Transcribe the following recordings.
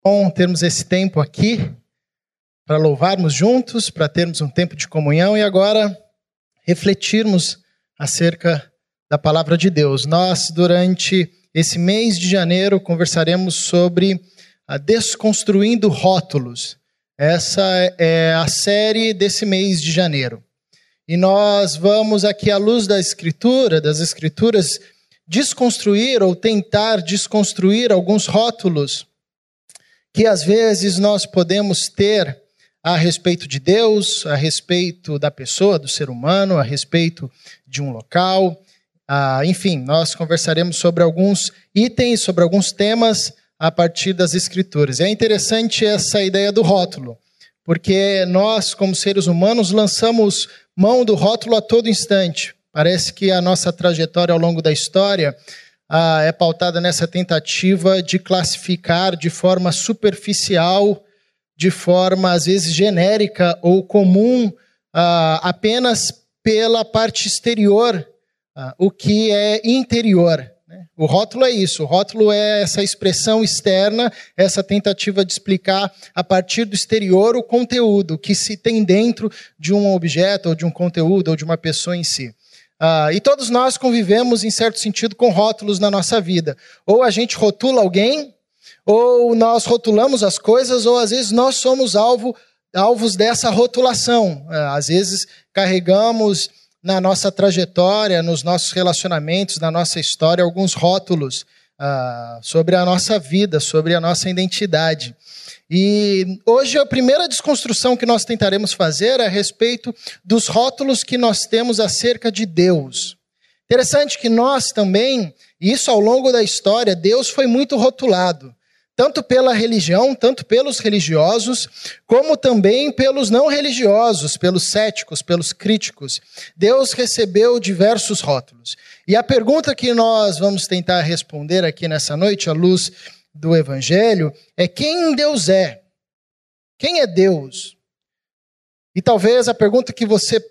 Bom termos esse tempo aqui para louvarmos juntos, para termos um tempo de comunhão e agora refletirmos acerca da palavra de Deus. Nós, durante esse mês de janeiro, conversaremos sobre a Desconstruindo Rótulos. Essa é a série desse mês de janeiro. E nós vamos aqui, à luz das Escrituras, desconstruir ou tentar desconstruir alguns rótulos que às vezes nós podemos ter a respeito de Deus, a respeito da pessoa, do ser humano, a respeito de um local. Enfim, nós conversaremos sobre alguns itens, sobre alguns temas a partir das Escrituras. É interessante essa ideia do rótulo, porque nós, como seres humanos, lançamos mão do rótulo a todo instante. Parece que a nossa trajetória ao longo da história é pautada nessa tentativa de classificar de forma superficial, de forma às vezes genérica ou comum, apenas pela parte exterior, o que é interior. O rótulo é isso, o rótulo é essa expressão externa, essa tentativa de explicar a partir do exterior o conteúdo, o que se tem dentro de um objeto, ou de um conteúdo, ou de uma pessoa em si. E todos nós convivemos, em certo sentido, com rótulos na nossa vida. Ou a gente rotula alguém, ou nós rotulamos as coisas, ou às vezes nós somos alvos dessa rotulação. Às vezes carregamos na nossa trajetória, nos nossos relacionamentos, na nossa história, alguns rótulos sobre a nossa vida, sobre a nossa identidade. E hoje a primeira desconstrução que nós tentaremos fazer é a respeito dos rótulos que nós temos acerca de Deus. Interessante que nós também, isso ao longo da história, Deus foi muito rotulado, tanto pela religião, tanto pelos religiosos, como também pelos não religiosos, pelos céticos, pelos críticos. Deus recebeu diversos rótulos. E a pergunta que nós vamos tentar responder aqui nessa noite, à luz do Evangelho, é quem Deus é? Quem é Deus? E talvez a pergunta que você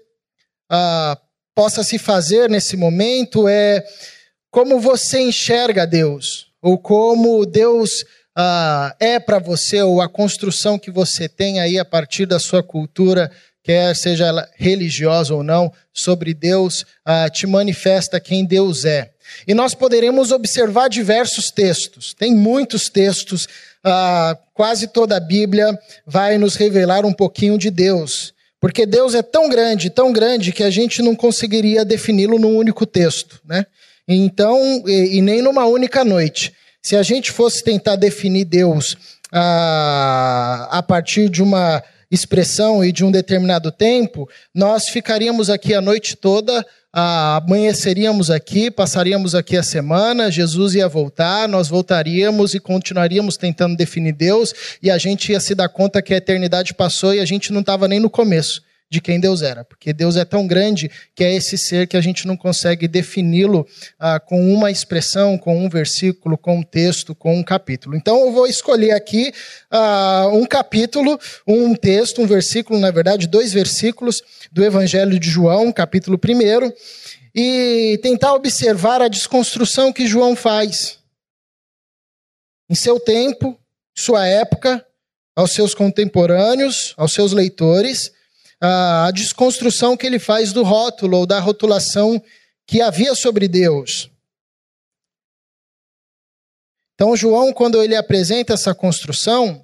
possa se fazer nesse momento é como você enxerga Deus? Ou como Deus é para você, ou a construção que você tem aí a partir da sua cultura, quer seja ela religiosa ou não, sobre Deus, te manifesta quem Deus é. E nós poderemos observar diversos textos. Tem muitos textos, quase toda a Bíblia vai nos revelar um pouquinho de Deus. Porque Deus é tão grande, que a gente não conseguiria defini-lo num único texto, né? Então, e nem numa única noite. Se a gente fosse tentar definir Deus a partir de uma expressão e de um determinado tempo, nós ficaríamos aqui a noite toda, amanheceríamos aqui, passaríamos aqui a semana, Jesus ia voltar, nós voltaríamos e continuaríamos tentando definir Deus, e a gente ia se dar conta que a eternidade passou e a gente não estava nem no começo de quem Deus era, porque Deus é tão grande que é esse ser que a gente não consegue defini-lo com uma expressão, com um versículo, com um texto, com um capítulo. Então eu vou escolher aqui um capítulo, um texto, um versículo, na verdade 2 versículos do Evangelho de João, capítulo 1, e tentar observar a desconstrução que João faz em seu tempo, sua época, aos seus contemporâneos, aos seus leitores, a desconstrução que ele faz do rótulo ou da rotulação que havia sobre Deus. Então, João, quando ele apresenta essa construção,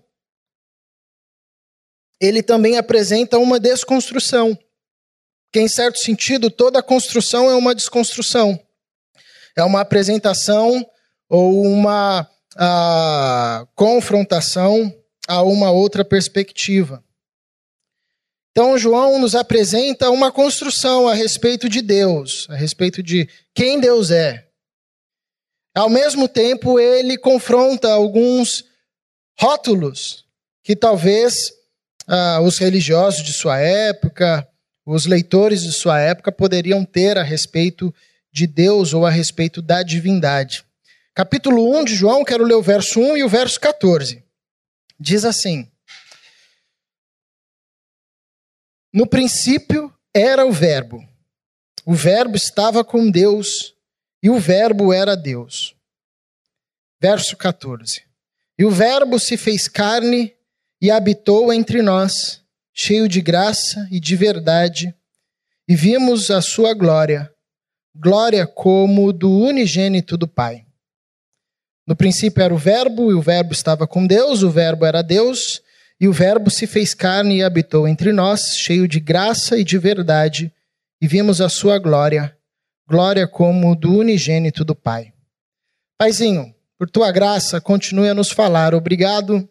ele também apresenta uma desconstrução. Porque, em certo sentido, toda construção é uma desconstrução. É uma apresentação ou uma confrontação a uma outra perspectiva. Então, João nos apresenta uma construção a respeito de Deus, a respeito de quem Deus é. Ao mesmo tempo, ele confronta alguns rótulos que talvez os religiosos de sua época, os leitores de sua época poderiam ter a respeito de Deus ou a respeito da divindade. Capítulo 1 de João, quero ler o verso 1 e o verso 14. Diz assim: No princípio era o Verbo estava com Deus, e o Verbo era Deus. Verso 14. E o Verbo se fez carne e habitou entre nós, cheio de graça e de verdade, e vimos a sua glória, glória como do unigênito do Pai. No princípio era o Verbo, e o Verbo estava com Deus, o Verbo era Deus, e o Verbo se fez carne e habitou entre nós, cheio de graça e de verdade, e vimos a sua glória, glória como do unigênito do Pai. Paizinho, por tua graça, continue a nos falar. Obrigado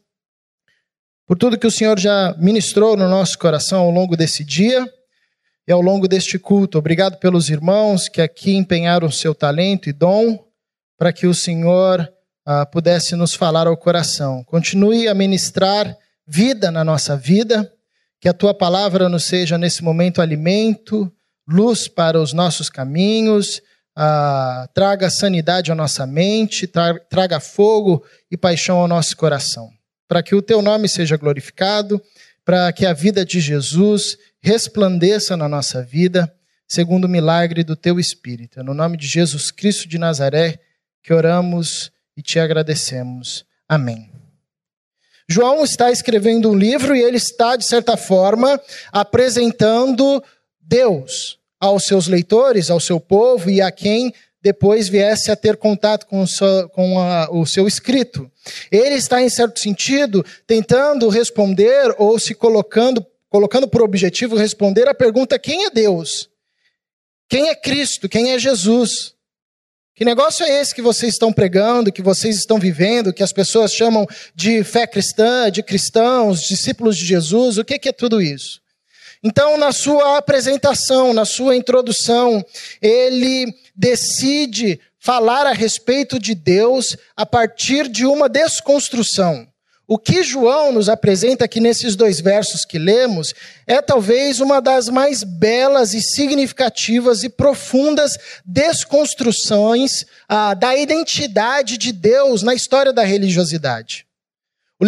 por tudo que o Senhor já ministrou no nosso coração ao longo desse dia e ao longo deste culto. Obrigado pelos irmãos que aqui empenharam o seu talento e dom para que o Senhor pudesse nos falar ao coração. Continue a ministrar vida na nossa vida, que a tua palavra nos seja nesse momento alimento, luz para os nossos caminhos, traga sanidade à nossa mente, traga fogo e paixão ao nosso coração. Para que o teu nome seja glorificado, para que a vida de Jesus resplandeça na nossa vida, segundo o milagre do teu Espírito. É no nome de Jesus Cristo de Nazaré que oramos e te agradecemos. Amém. João está escrevendo um livro e ele está, de certa forma, apresentando Deus aos seus leitores, ao seu povo e a quem depois viesse a ter contato com o seu escrito. Ele está, em certo sentido, tentando responder ou se colocando por objetivo responder a pergunta: quem é Deus? Quem é Cristo? Quem é Jesus? Que negócio é esse que vocês estão pregando, que vocês estão vivendo, que as pessoas chamam de fé cristã, de cristãos, discípulos de Jesus? O que é tudo isso? Então, na sua apresentação, na sua introdução, ele decide falar a respeito de Deus a partir de uma desconstrução. O que João nos apresenta aqui nesses 2 versos que lemos é talvez uma das mais belas e significativas e profundas desconstruções da identidade de Deus na história da religiosidade. O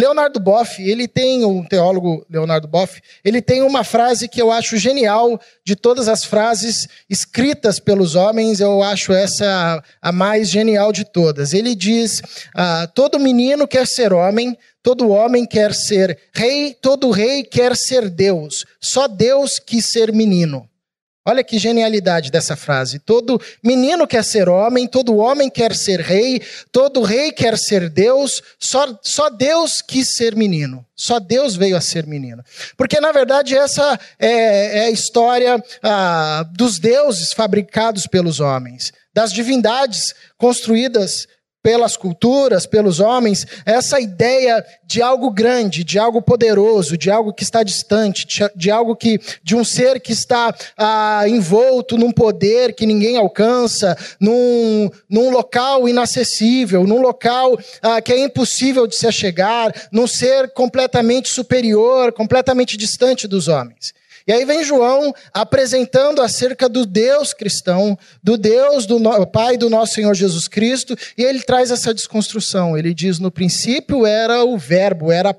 teólogo Leonardo Boff, ele tem uma frase que eu acho genial. De todas as frases escritas pelos homens, eu acho essa a mais genial de todas. Ele diz: todo menino quer ser homem, todo homem quer ser rei, todo rei quer ser Deus. Só Deus quis ser menino. Olha que genialidade dessa frase. Todo menino quer ser homem, todo homem quer ser rei, todo rei quer ser Deus, só Deus quis ser menino. Só Deus veio a ser menino. Porque, na verdade, essa é a história dos deuses fabricados pelos homens, das divindades construídas pelas culturas, pelos homens, essa ideia de algo grande, de algo poderoso, de algo que está distante, de um ser que está envolto num poder que ninguém alcança, num local inacessível, num local que é impossível de se achegar, num ser completamente superior, completamente distante dos homens. E aí vem João apresentando acerca do Deus cristão, do Deus do Pai do nosso Senhor Jesus Cristo, e ele traz essa desconstrução. Ele diz: no princípio era o Verbo, era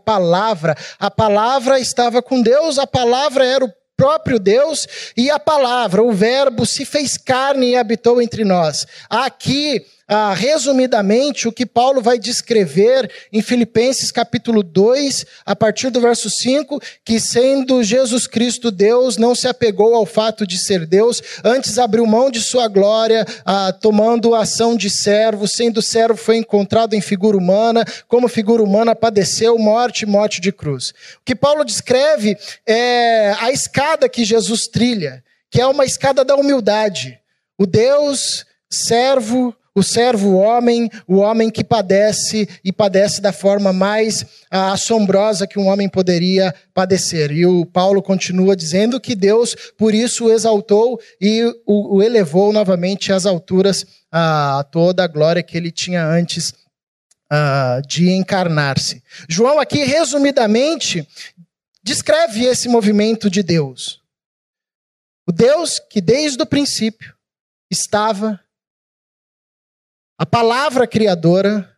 a palavra estava com Deus, a palavra era o próprio Deus, e a palavra, o Verbo, se fez carne e habitou entre nós. Aqui, resumidamente, o que Paulo vai descrever em Filipenses capítulo 2, a partir do verso 5, que sendo Jesus Cristo Deus, não se apegou ao fato de ser Deus, antes abriu mão de sua glória, tomando a ação de servo, sendo servo foi encontrado em figura humana, como figura humana padeceu morte de cruz. O que Paulo descreve é a escada que Jesus trilha, que é uma escada da humildade. O Deus servo, o servo homem, o homem que padece e padece da forma mais assombrosa que um homem poderia padecer. E o Paulo continua dizendo que Deus, por isso, o exaltou e o elevou novamente às alturas, a toda a glória que ele tinha antes de encarnar-se. João aqui, resumidamente, descreve esse movimento de Deus. O Deus que desde o princípio estava, a palavra criadora,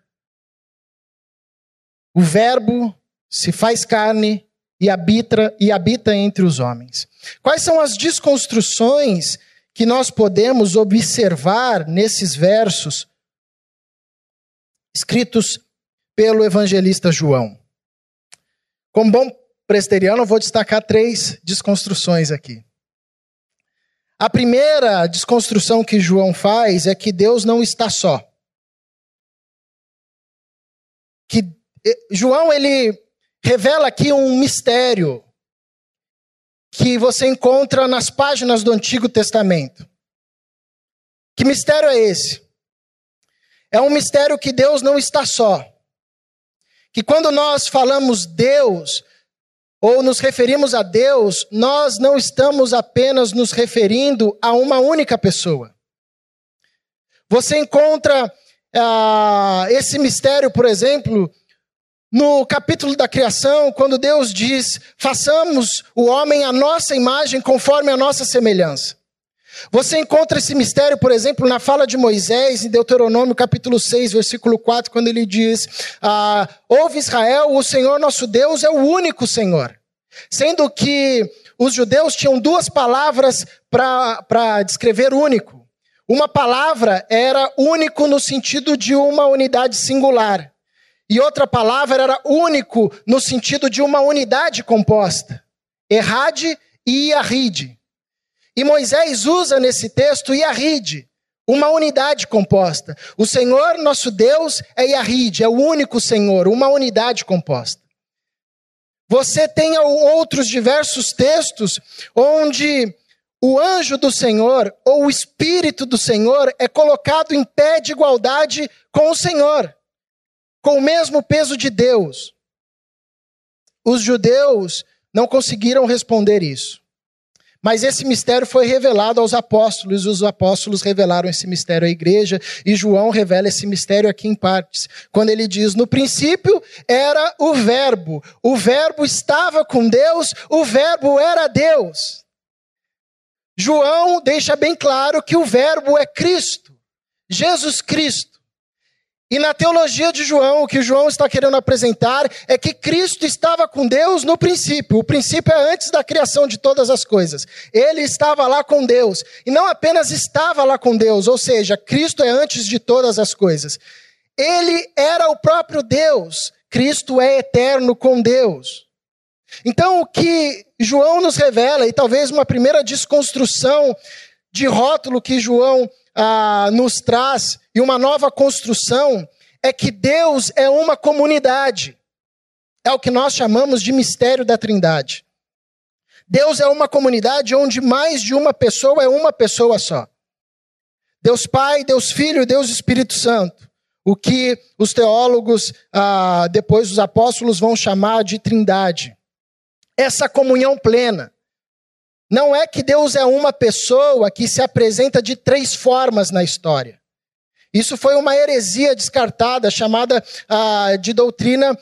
o Verbo se faz carne e habita entre os homens. Quais são as desconstruções que nós podemos observar nesses versos escritos pelo evangelista João. Como bom presbiteriano, eu vou destacar 3 desconstruções aqui. A primeira desconstrução que João faz é que Deus não está só. Que João, ele revela aqui um mistério que você encontra nas páginas do Antigo Testamento. Que mistério é esse? É um mistério que Deus não está só. Que quando nós falamos Deus, ou nos referimos a Deus, nós não estamos apenas nos referindo a uma única pessoa. Você encontra esse mistério, por exemplo, no capítulo da criação, quando Deus diz, façamos o homem à nossa imagem conforme a nossa semelhança. Você encontra esse mistério, por exemplo, na fala de Moisés, em Deuteronômio capítulo 6, versículo 4, quando ele diz, ouve Israel, o Senhor nosso Deus é o único Senhor. Sendo que os judeus tinham 2 palavras para descrever único. Uma palavra era único no sentido de uma unidade singular. E outra palavra era único no sentido de uma unidade composta. Errade e Iaride. E Moisés usa nesse texto Iaride, uma unidade composta. O Senhor, nosso Deus, é Iaride, é o único Senhor, uma unidade composta. Você tem outros diversos textos onde o anjo do Senhor, ou o Espírito do Senhor, é colocado em pé de igualdade com o Senhor, com o mesmo peso de Deus. Os judeus não conseguiram responder isso. Mas esse mistério foi revelado aos apóstolos, e os apóstolos revelaram esse mistério à igreja, e João revela esse mistério aqui em partes. Quando ele diz, no princípio era o verbo estava com Deus, o verbo era Deus. João deixa bem claro que o verbo é Cristo, Jesus Cristo. E na teologia de João, o que João está querendo apresentar é que Cristo estava com Deus no princípio. O princípio é antes da criação de todas as coisas. Ele estava lá com Deus. E não apenas estava lá com Deus, ou seja, Cristo é antes de todas as coisas. Ele era o próprio Deus. Cristo é eterno com Deus. Então, o que João nos revela, e talvez uma primeira desconstrução de rótulo que João nos traz, e uma nova construção, é que Deus é uma comunidade. É o que nós chamamos de mistério da Trindade. Deus é uma comunidade onde mais de uma pessoa é uma pessoa só. Deus Pai, Deus Filho e Deus Espírito Santo. O que os teólogos, depois os apóstolos, vão chamar de Trindade. Essa comunhão plena. Não é que Deus é uma pessoa que se apresenta de 3 formas na história. Isso foi uma heresia descartada, chamada de doutrina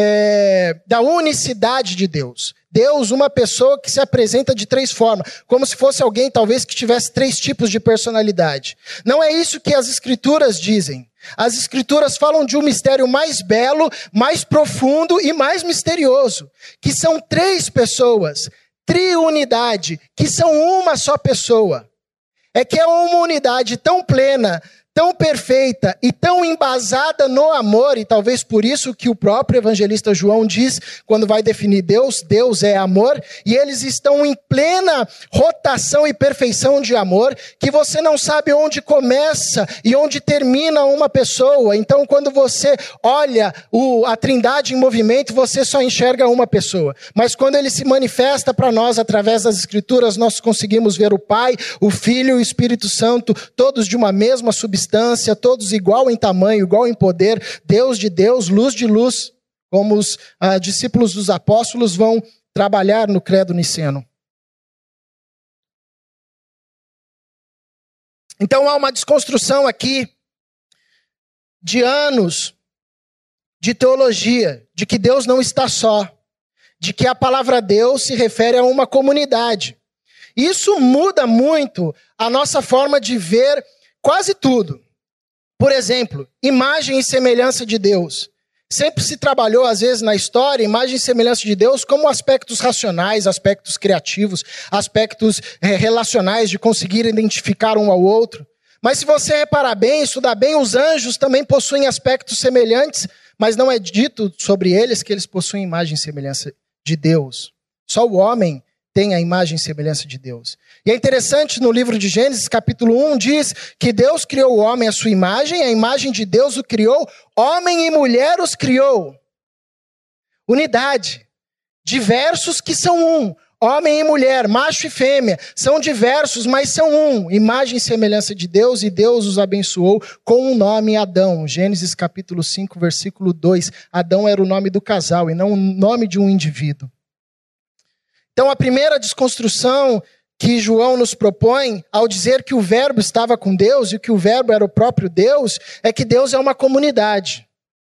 da unicidade de Deus. Deus, uma pessoa que se apresenta de 3 formas, como se fosse alguém talvez que tivesse 3 tipos de personalidade. Não é isso que as Escrituras dizem. As Escrituras falam de um mistério mais belo, mais profundo e mais misterioso, que são 3 pessoas, triunidade, que são uma só pessoa. É que é uma unidade tão plena, tão perfeita e tão embasada no amor, e talvez por isso que o próprio evangelista João diz, quando vai definir Deus, Deus é amor, e eles estão em plena rotação e perfeição de amor, que você não sabe onde começa e onde termina uma pessoa. Então, quando você olha a Trindade em movimento, você só enxerga uma pessoa. Mas quando ele se manifesta para nós através das Escrituras, nós conseguimos ver o Pai, o Filho e o Espírito Santo, todos de uma mesma substância, todos igual em tamanho, igual em poder, Deus de Deus, luz de luz, como os discípulos dos apóstolos vão trabalhar no credo niceno. Então há uma desconstrução aqui de anos de teologia, de que Deus não está só, de que a palavra Deus se refere a uma comunidade. Isso muda muito a nossa forma de ver quase tudo. Por exemplo, imagem e semelhança de Deus. Sempre se trabalhou, às vezes, na história, imagem e semelhança de Deus como aspectos racionais, aspectos criativos, aspectos relacionais de conseguir identificar um ao outro. Mas se você reparar bem, estudar bem, os anjos também possuem aspectos semelhantes, mas não é dito sobre eles que eles possuem imagem e semelhança de Deus. Só o homem tem a imagem e semelhança de Deus. E é interessante, no livro de Gênesis, capítulo 1, diz que Deus criou o homem à sua imagem, a imagem de Deus o criou, homem e mulher os criou. Unidade. Diversos que são um. Homem e mulher, macho e fêmea, são diversos, mas são um. Imagem e semelhança de Deus, e Deus os abençoou com o nome Adão. Gênesis capítulo 5, versículo 2. Adão era o nome do casal e não o nome de um indivíduo. Então a primeira desconstrução que João nos propõe, ao dizer que o verbo estava com Deus e que o verbo era o próprio Deus, é que Deus é uma comunidade.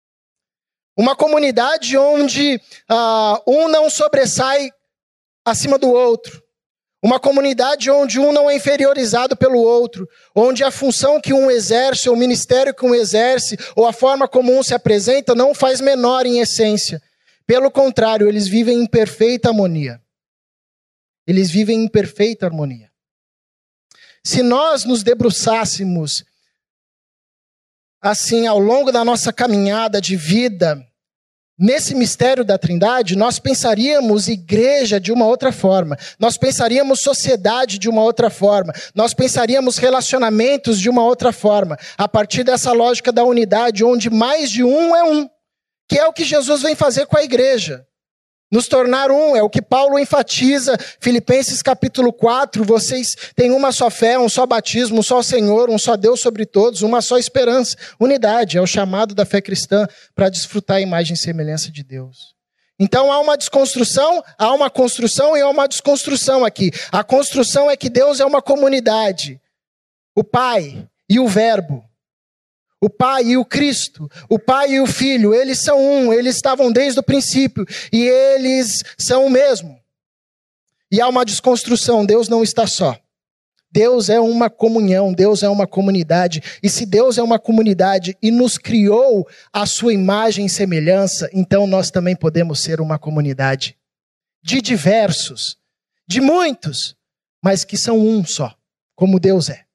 Uma comunidade onde um não sobressai acima do outro. Uma comunidade onde um não é inferiorizado pelo outro. Onde a função que um exerce, ou o ministério que um exerce, ou a forma como um se apresenta, não faz menor em essência. Pelo contrário, eles vivem em perfeita harmonia. Eles vivem em perfeita harmonia. Se nós nos debruçássemos assim ao longo da nossa caminhada de vida, nesse mistério da Trindade, nós pensaríamos igreja de uma outra forma. Nós pensaríamos sociedade de uma outra forma. Nós pensaríamos relacionamentos de uma outra forma. A partir dessa lógica da unidade, onde mais de um é um. Que é o que Jesus vem fazer com a igreja. Nos tornar um, é o que Paulo enfatiza, Filipenses capítulo 4, vocês têm uma só fé, um só batismo, um só Senhor, um só Deus sobre todos, uma só esperança. Unidade, é o chamado da fé cristã para desfrutar a imagem e semelhança de Deus. Então há uma desconstrução, há uma construção e há uma desconstrução aqui. A construção é que Deus é uma comunidade, o Pai e o Verbo. O Pai e o Cristo, o Pai e o Filho, eles são um, eles estavam desde o princípio e eles são o mesmo. E há uma desconstrução, Deus não está só. Deus é uma comunhão, Deus é uma comunidade. E se Deus é uma comunidade e nos criou a sua imagem e semelhança, então nós também podemos ser uma comunidade de diversos, de muitos, mas que são um só, como Deus é.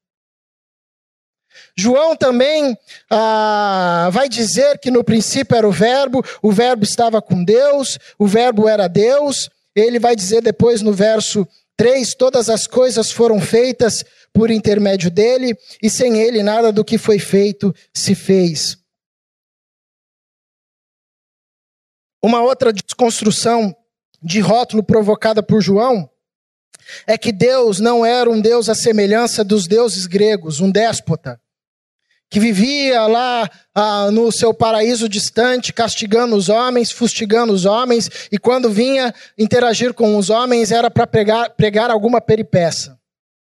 João também vai dizer que no princípio era o verbo estava com Deus, o verbo era Deus. Ele vai dizer depois no verso 3, todas as coisas foram feitas por intermédio dele, e sem ele nada do que foi feito se fez. Uma outra desconstrução de rótulo provocada por João é que Deus não era um Deus à semelhança dos deuses gregos, um déspota, que vivia lá no seu paraíso distante, castigando os homens, fustigando os homens, e quando vinha interagir com os homens era para pregar alguma peripécia.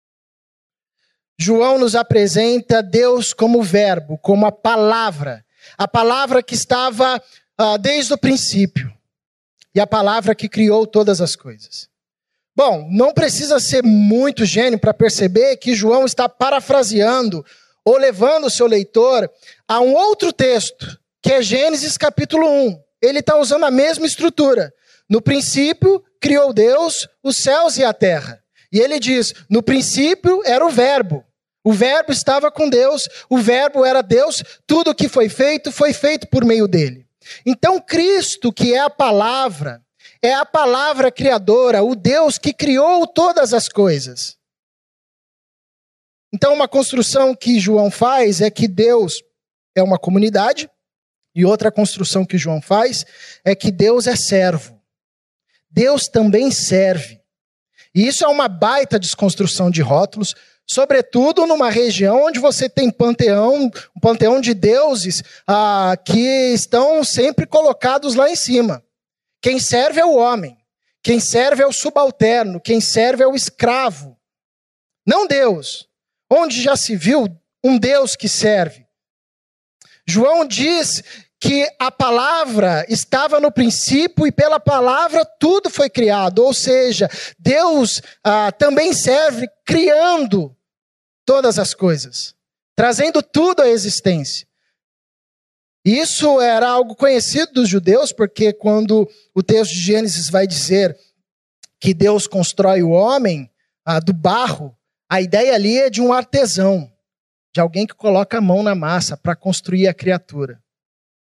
João nos apresenta Deus como verbo, como a palavra que estava desde o princípio, e a palavra que criou todas as coisas. Bom, não precisa ser muito gênio para perceber que João está parafraseando ou levando o seu leitor a um outro texto, que é Gênesis capítulo 1. Ele está usando a mesma estrutura. No princípio, criou Deus os céus e a terra. E ele diz, no princípio era o verbo estava com Deus, o verbo era Deus, tudo que foi feito por meio dele. Então Cristo, que é a palavra criadora, o Deus que criou todas as coisas. Então, uma construção que João faz é que Deus é uma comunidade, e outra construção que João faz é que Deus é servo. Deus também serve. E isso é uma baita desconstrução de rótulos, sobretudo numa região onde você tem um panteão de deuses que estão sempre colocados lá em cima. Quem serve é o homem, quem serve é o subalterno, quem serve é o escravo. Não Deus. Onde já se viu um Deus que serve? João diz que a palavra estava no princípio e pela palavra tudo foi criado. Ou seja, Deus também serve criando todas as coisas, trazendo tudo à existência. Isso era algo conhecido dos judeus, porque quando o texto de Gênesis vai dizer que Deus constrói o homem do barro, a ideia ali é de um artesão, de alguém que coloca a mão na massa para construir a criatura.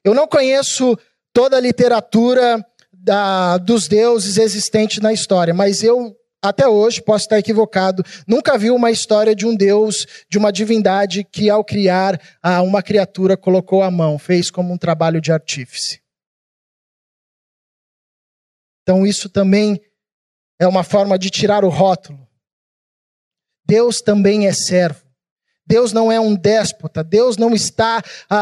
Eu não conheço toda a literatura dos deuses existente na história, mas eu, até hoje, posso estar equivocado, nunca vi uma história de um deus, de uma divindade que ao criar uma criatura colocou a mão, fez como um trabalho de artífice. Então isso também é uma forma de tirar o rótulo. Deus também é servo. Deus não é um déspota. Deus não está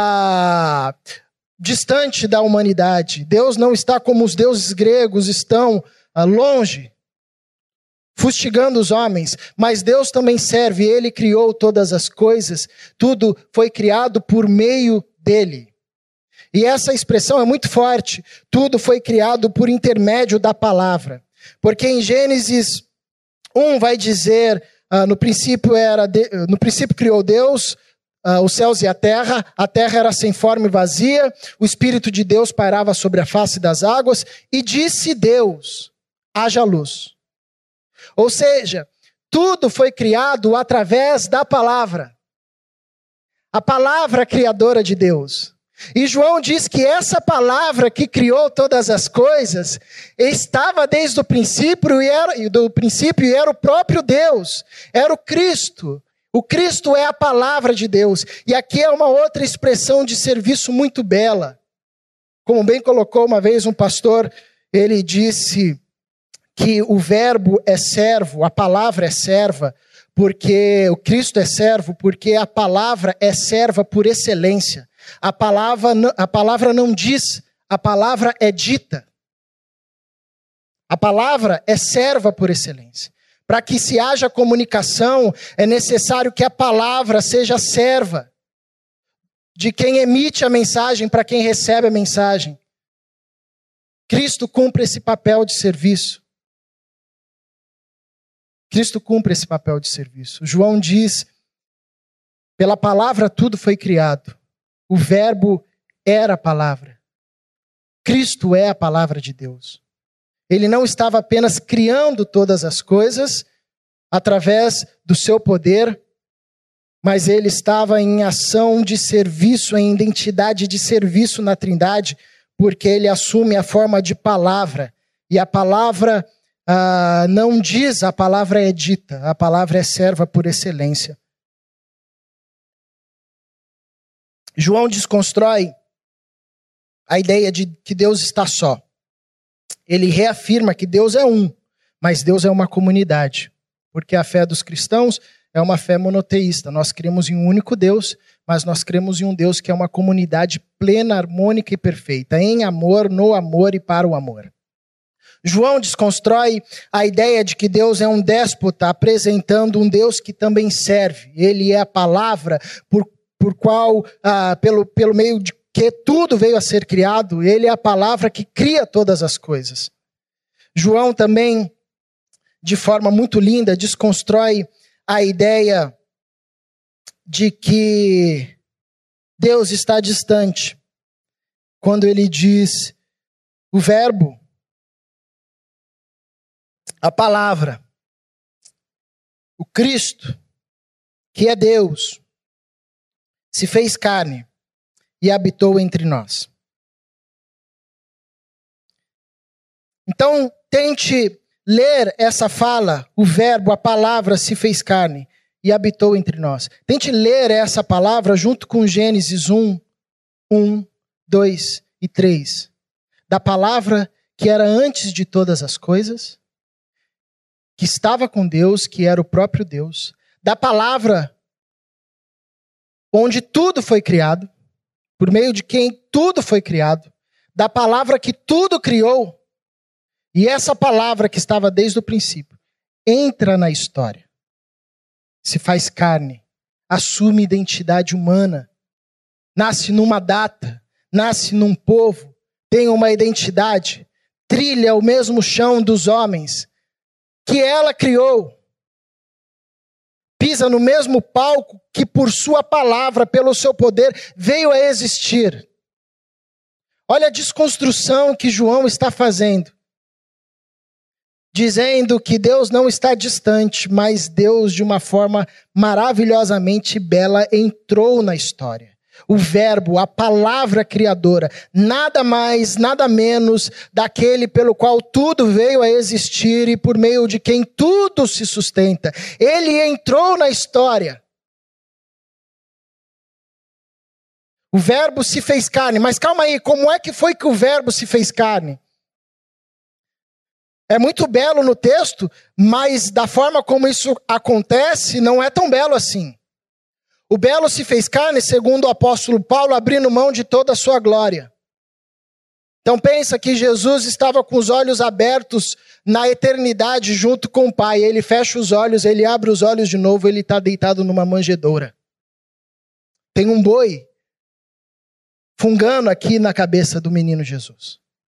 distante da humanidade. Deus não está como os deuses gregos estão longe, fustigando os homens. Mas Deus também serve. Ele criou todas as coisas. Tudo foi criado por meio dele. E essa expressão é muito forte. Tudo foi criado por intermédio da palavra. Porque em Gênesis 1 vai dizer, no princípio criou Deus os céus e a terra era sem forma e vazia, o Espírito de Deus pairava sobre a face das águas, e disse Deus, haja luz. Ou seja, tudo foi criado através da palavra. A palavra criadora de Deus. E João diz que essa palavra que criou todas as coisas estava desde o princípio e era o próprio Deus, era o Cristo. O Cristo é a palavra de Deus. E aqui é uma outra expressão de serviço muito bela. Como bem colocou uma vez um pastor, ele disse que o verbo é servo, a palavra é serva, porque o Cristo é servo, porque a palavra é serva por excelência. A palavra não diz, a palavra é dita. A palavra é serva por excelência. Para que se haja comunicação, é necessário que a palavra seja serva de quem emite a mensagem para quem recebe a mensagem. Cristo cumpre esse papel de serviço. Cristo cumpre esse papel de serviço. João diz, pela palavra tudo foi criado. O verbo era a palavra. Cristo é a palavra de Deus. Ele não estava apenas criando todas as coisas através do seu poder, mas ele estava em ação de serviço, em identidade de serviço na Trindade, porque ele assume a forma de palavra. E a palavra não diz, a palavra é dita, a palavra é serva por excelência. João desconstrói a ideia de que Deus está só. Ele reafirma que Deus é um, mas Deus é uma comunidade. Porque a fé dos cristãos é uma fé monoteísta. Nós cremos em um único Deus, mas nós cremos em um Deus que é uma comunidade plena, harmônica e perfeita, em amor, no amor e para o amor. João desconstrói a ideia de que Deus é um déspota, apresentando um Deus que também serve. Ele é a palavra por qual, pelo meio de que tudo veio a ser criado, ele é a palavra que cria todas as coisas. João também, de forma muito linda, desconstrói a ideia de que Deus está distante. Quando ele diz, o verbo, a palavra, o Cristo, que é Deus, se fez carne e habitou entre nós. Então, tente ler essa fala, o verbo, a palavra se fez carne e habitou entre nós. Tente ler essa palavra junto com Gênesis 1, 2 e 3. Da palavra que era antes de todas as coisas, que estava com Deus, que era o próprio Deus. Da palavra onde tudo foi criado, por meio de quem tudo foi criado, da palavra que tudo criou, e essa palavra que estava desde o princípio, entra na história, se faz carne, assume identidade humana, nasce numa data, nasce num povo, tem uma identidade, trilha o mesmo chão dos homens, que ela criou, pisa no mesmo palco que por sua palavra, pelo seu poder, veio a existir. Olha a desconstrução que João está fazendo. Dizendo que Deus não está distante, mas Deus, de uma forma maravilhosamente bela, entrou na história. o verbo, a palavra criadora, nada mais, nada menos daquele pelo qual tudo veio a existir e por meio de quem tudo se sustenta. Ele entrou na história. O verbo se fez carne. Mas calma aí, como é que foi que o verbo se fez carne? É muito belo no texto, mas da forma como isso acontece, não é tão belo assim. O belo se fez carne, segundo o apóstolo Paulo, abrindo mão de toda a sua glória. Então pensa que Jesus estava com os olhos abertos na eternidade junto com o Pai. Ele fecha os olhos, ele abre os olhos de novo, ele está deitado numa manjedoura. Tem um boi fungando aqui na cabeça do menino Jesus.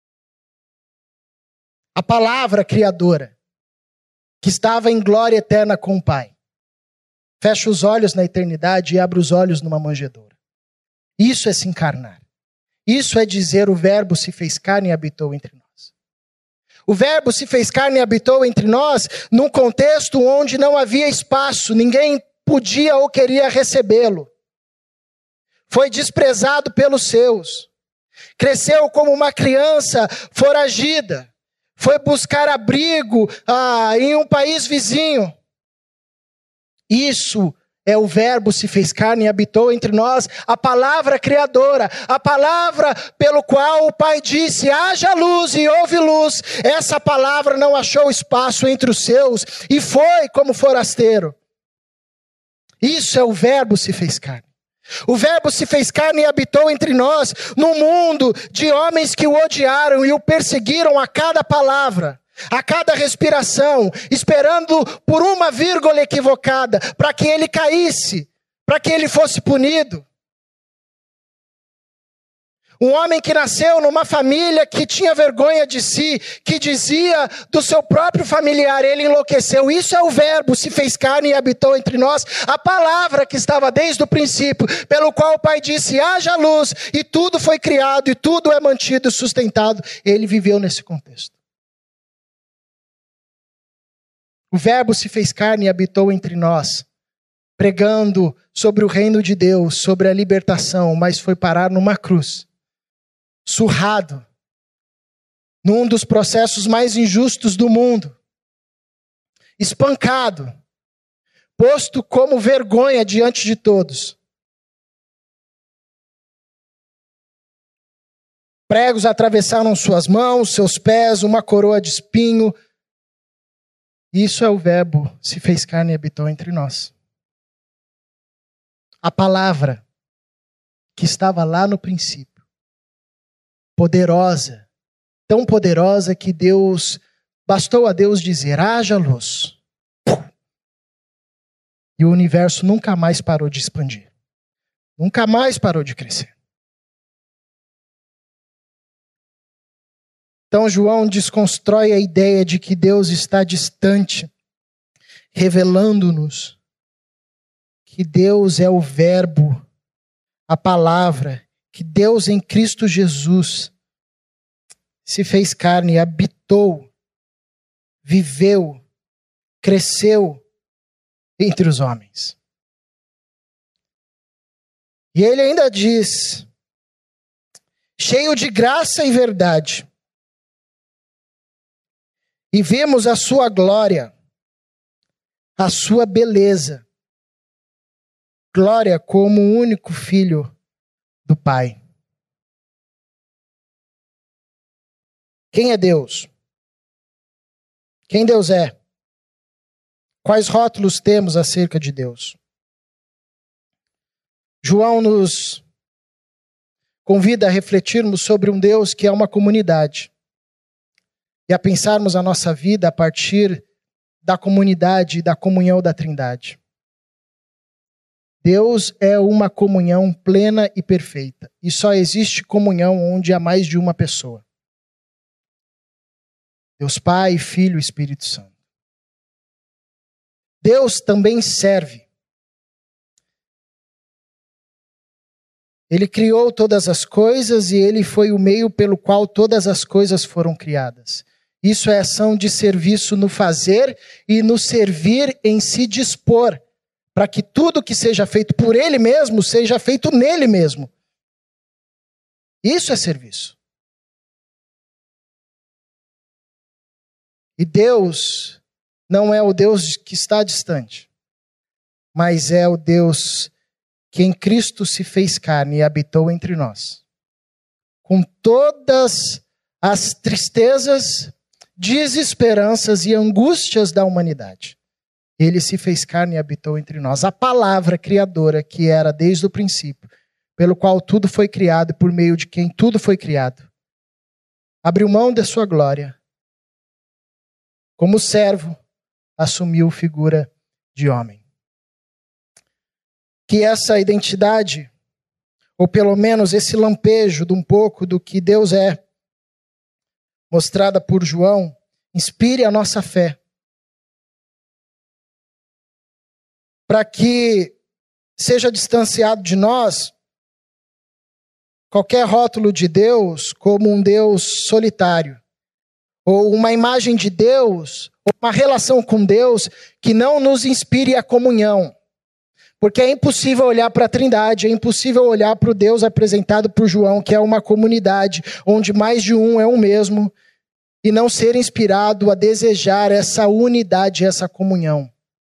A palavra criadora, que estava em glória eterna com o Pai, fecha os olhos na eternidade e abre os olhos numa manjedoura. Isso é se encarnar. Isso é dizer o verbo se fez carne e habitou entre nós. O verbo se fez carne e habitou entre nós num contexto onde não havia espaço, ninguém podia ou queria recebê-lo. Foi desprezado pelos seus. Cresceu como uma criança foragida. Foi buscar abrigo em um país vizinho. Isso é o verbo se fez carne e habitou entre nós. A palavra criadora. A palavra pelo qual o Pai disse, haja luz e houve luz. Essa palavra não achou espaço entre os seus e foi como forasteiro. Isso é o verbo se fez carne. O verbo se fez carne e habitou entre nós, num mundo de homens que o odiaram e o perseguiram a cada palavra, a cada respiração, esperando por uma vírgula equivocada, para que ele caísse, para que ele fosse punido. Um homem que nasceu numa família que tinha vergonha de si, que dizia do seu próprio familiar, ele enlouqueceu. Isso é o verbo, se fez carne e habitou entre nós. A palavra que estava desde o princípio, pelo qual o Pai disse, haja luz, e tudo foi criado, e tudo é mantido e sustentado. Ele viveu nesse contexto. O verbo se fez carne e habitou entre nós, pregando sobre o reino de Deus, sobre a libertação, mas foi parar numa cruz. Surrado, num dos processos mais injustos do mundo, espancado, posto como vergonha diante de todos. Pregos atravessaram suas mãos, seus pés, uma coroa de espinho. Isso é o verbo, se fez carne e habitou entre nós. A palavra que estava lá no princípio, poderosa, tão poderosa que bastou a Deus dizer, haja luz. E o universo nunca mais parou de expandir. Nunca mais parou de crescer. Então João desconstrói a ideia de que Deus está distante, revelando-nos que Deus é o verbo, a palavra, que Deus em Cristo Jesus se fez carne, habitou, viveu, cresceu entre os homens. E ele ainda diz, cheio de graça e verdade, e vemos a sua glória, a sua beleza, glória como o único filho do Pai. Quem é Deus? Quem Deus é? Quais rótulos temos acerca de Deus? João nos convida a refletirmos sobre um Deus que é uma comunidade e a pensarmos a nossa vida a partir da comunidade e da comunhão da Trindade. Deus é uma comunhão plena e perfeita. E só existe comunhão onde há mais de uma pessoa. Deus Pai, Filho e Espírito Santo. Deus também serve. Ele criou todas as coisas e ele foi o meio pelo qual todas as coisas foram criadas. Isso é ação de serviço no fazer e no servir em se dispor para que tudo que seja feito por Ele mesmo, seja feito nele mesmo. Isso é serviço. E Deus não é o Deus que está distante, mas é o Deus que em Cristo se fez carne e habitou entre nós. Com todas as tristezas, desesperanças e angústias da humanidade. Ele se fez carne e habitou entre nós. A palavra criadora que era desde o princípio, pelo qual tudo foi criado e por meio de quem tudo foi criado, abriu mão da sua glória. Como servo, assumiu figura de homem. Que essa identidade, ou pelo menos esse lampejo de um pouco do que Deus é, mostrada por João, inspire a nossa fé. Para que seja distanciado de nós qualquer rótulo de Deus como um Deus solitário, ou uma imagem de Deus, ou uma relação com Deus que não nos inspire a comunhão. Porque é impossível olhar para a Trindade, é impossível olhar para o Deus apresentado por João, que é uma comunidade onde mais de um é um mesmo, e não ser inspirado a desejar essa unidade, essa comunhão.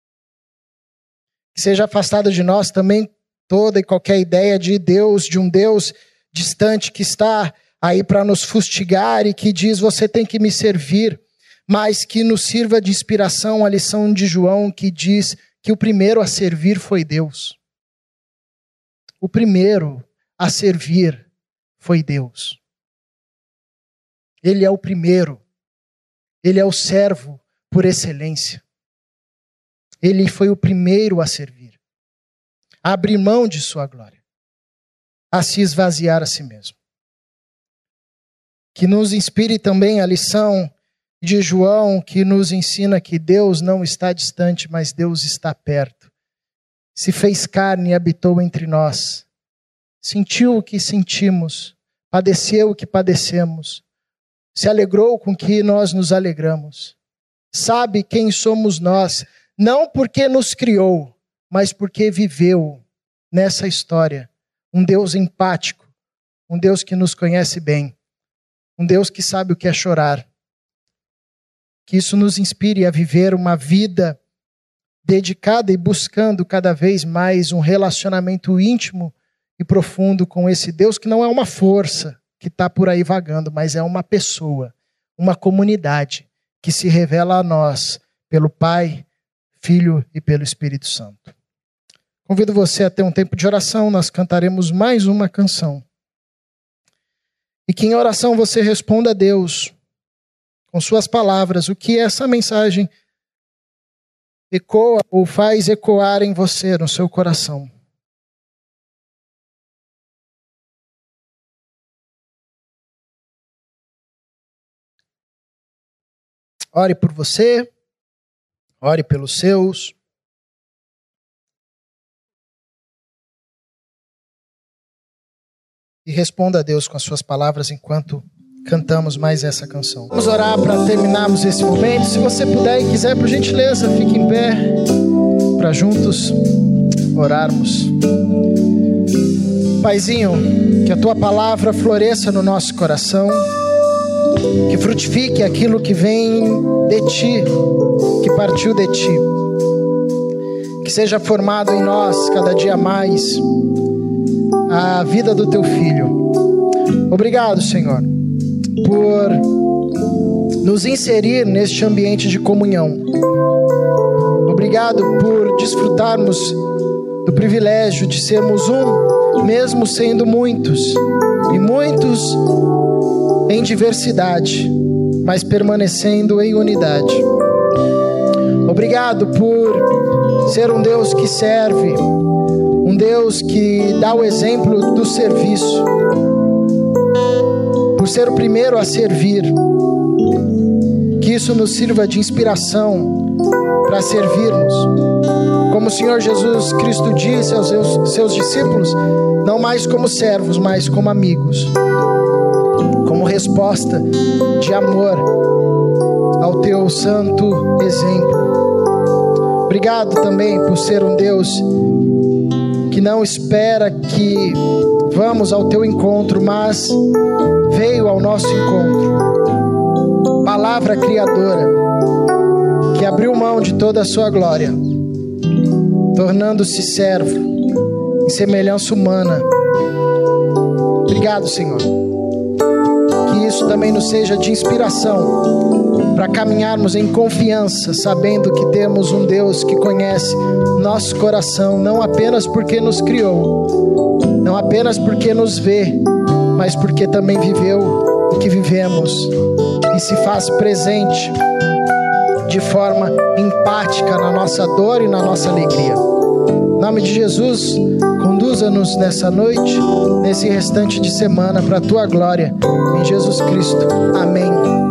Que seja afastada de nós também toda e qualquer ideia de Deus, de um Deus distante que está aí para nos fustigar e que diz, você tem que me servir, mas que nos sirva de inspiração a lição de João que diz que o primeiro a servir foi Deus. O primeiro a servir foi Deus. Ele é o primeiro. Ele é o servo por excelência. Ele foi o primeiro a servir, a abrir mão de sua glória, a se esvaziar a si mesmo. Que nos inspire também a lição de João, que nos ensina que Deus não está distante, mas Deus está perto. Se fez carne e habitou entre nós. Sentiu o que sentimos, padeceu o que padecemos, se alegrou com o que nós nos alegramos. Sabe quem somos nós, não porque nos criou, mas porque viveu nessa história. Um Deus empático, um Deus que nos conhece bem, um Deus que sabe o que é chorar. Que isso nos inspire a viver uma vida dedicada e buscando cada vez mais um relacionamento íntimo e profundo com esse Deus que não é uma força que está por aí vagando, mas é uma pessoa, uma comunidade que se revela a nós pelo Pai, Filho e pelo Espírito Santo. Convido você a ter um tempo de oração, nós cantaremos mais uma canção. E que em oração você responda a Deus, com suas palavras, o que essa mensagem ecoa ou faz ecoar em você, no seu coração. Ore por você, ore pelos seus. E responda a Deus com as suas palavras enquanto cantamos mais essa canção. Vamos orar para terminarmos esse momento. Se você puder e quiser, por gentileza, fique em pé para juntos orarmos. Paizinho, que a Tua palavra floresça no nosso coração, que frutifique aquilo que vem de Ti, que partiu de Ti. Que seja formado em nós cada dia mais a vida do Teu Filho. Obrigado, Senhor, por nos inserir neste ambiente de comunhão. Obrigado por desfrutarmos do privilégio de sermos um, mesmo sendo muitos, e muitos em diversidade, mas permanecendo em unidade. Obrigado por ser um Deus que serve, um Deus que dá o exemplo do serviço, por ser o primeiro a servir. Que isso nos sirva de inspiração para servirmos. Como o Senhor Jesus Cristo disse aos seus discípulos, não mais como servos, mas como amigos. Como resposta de amor ao Teu santo exemplo. Obrigado também por ser um Deus que não espera que vamos ao teu encontro, mas veio ao nosso encontro. Palavra criadora, que abriu mão de toda a sua glória, tornando-se servo em semelhança humana. Obrigado, Senhor. Que isso também nos seja de inspiração para caminharmos em confiança, sabendo que temos um Deus que conhece nosso coração, não apenas porque nos criou, não apenas porque nos vê, mas porque também viveu o que vivemos e se faz presente de forma empática na nossa dor e na nossa alegria. Em nome de Jesus, conduza-nos nessa noite, nesse restante de semana, para a tua glória, em Jesus Cristo. Amém.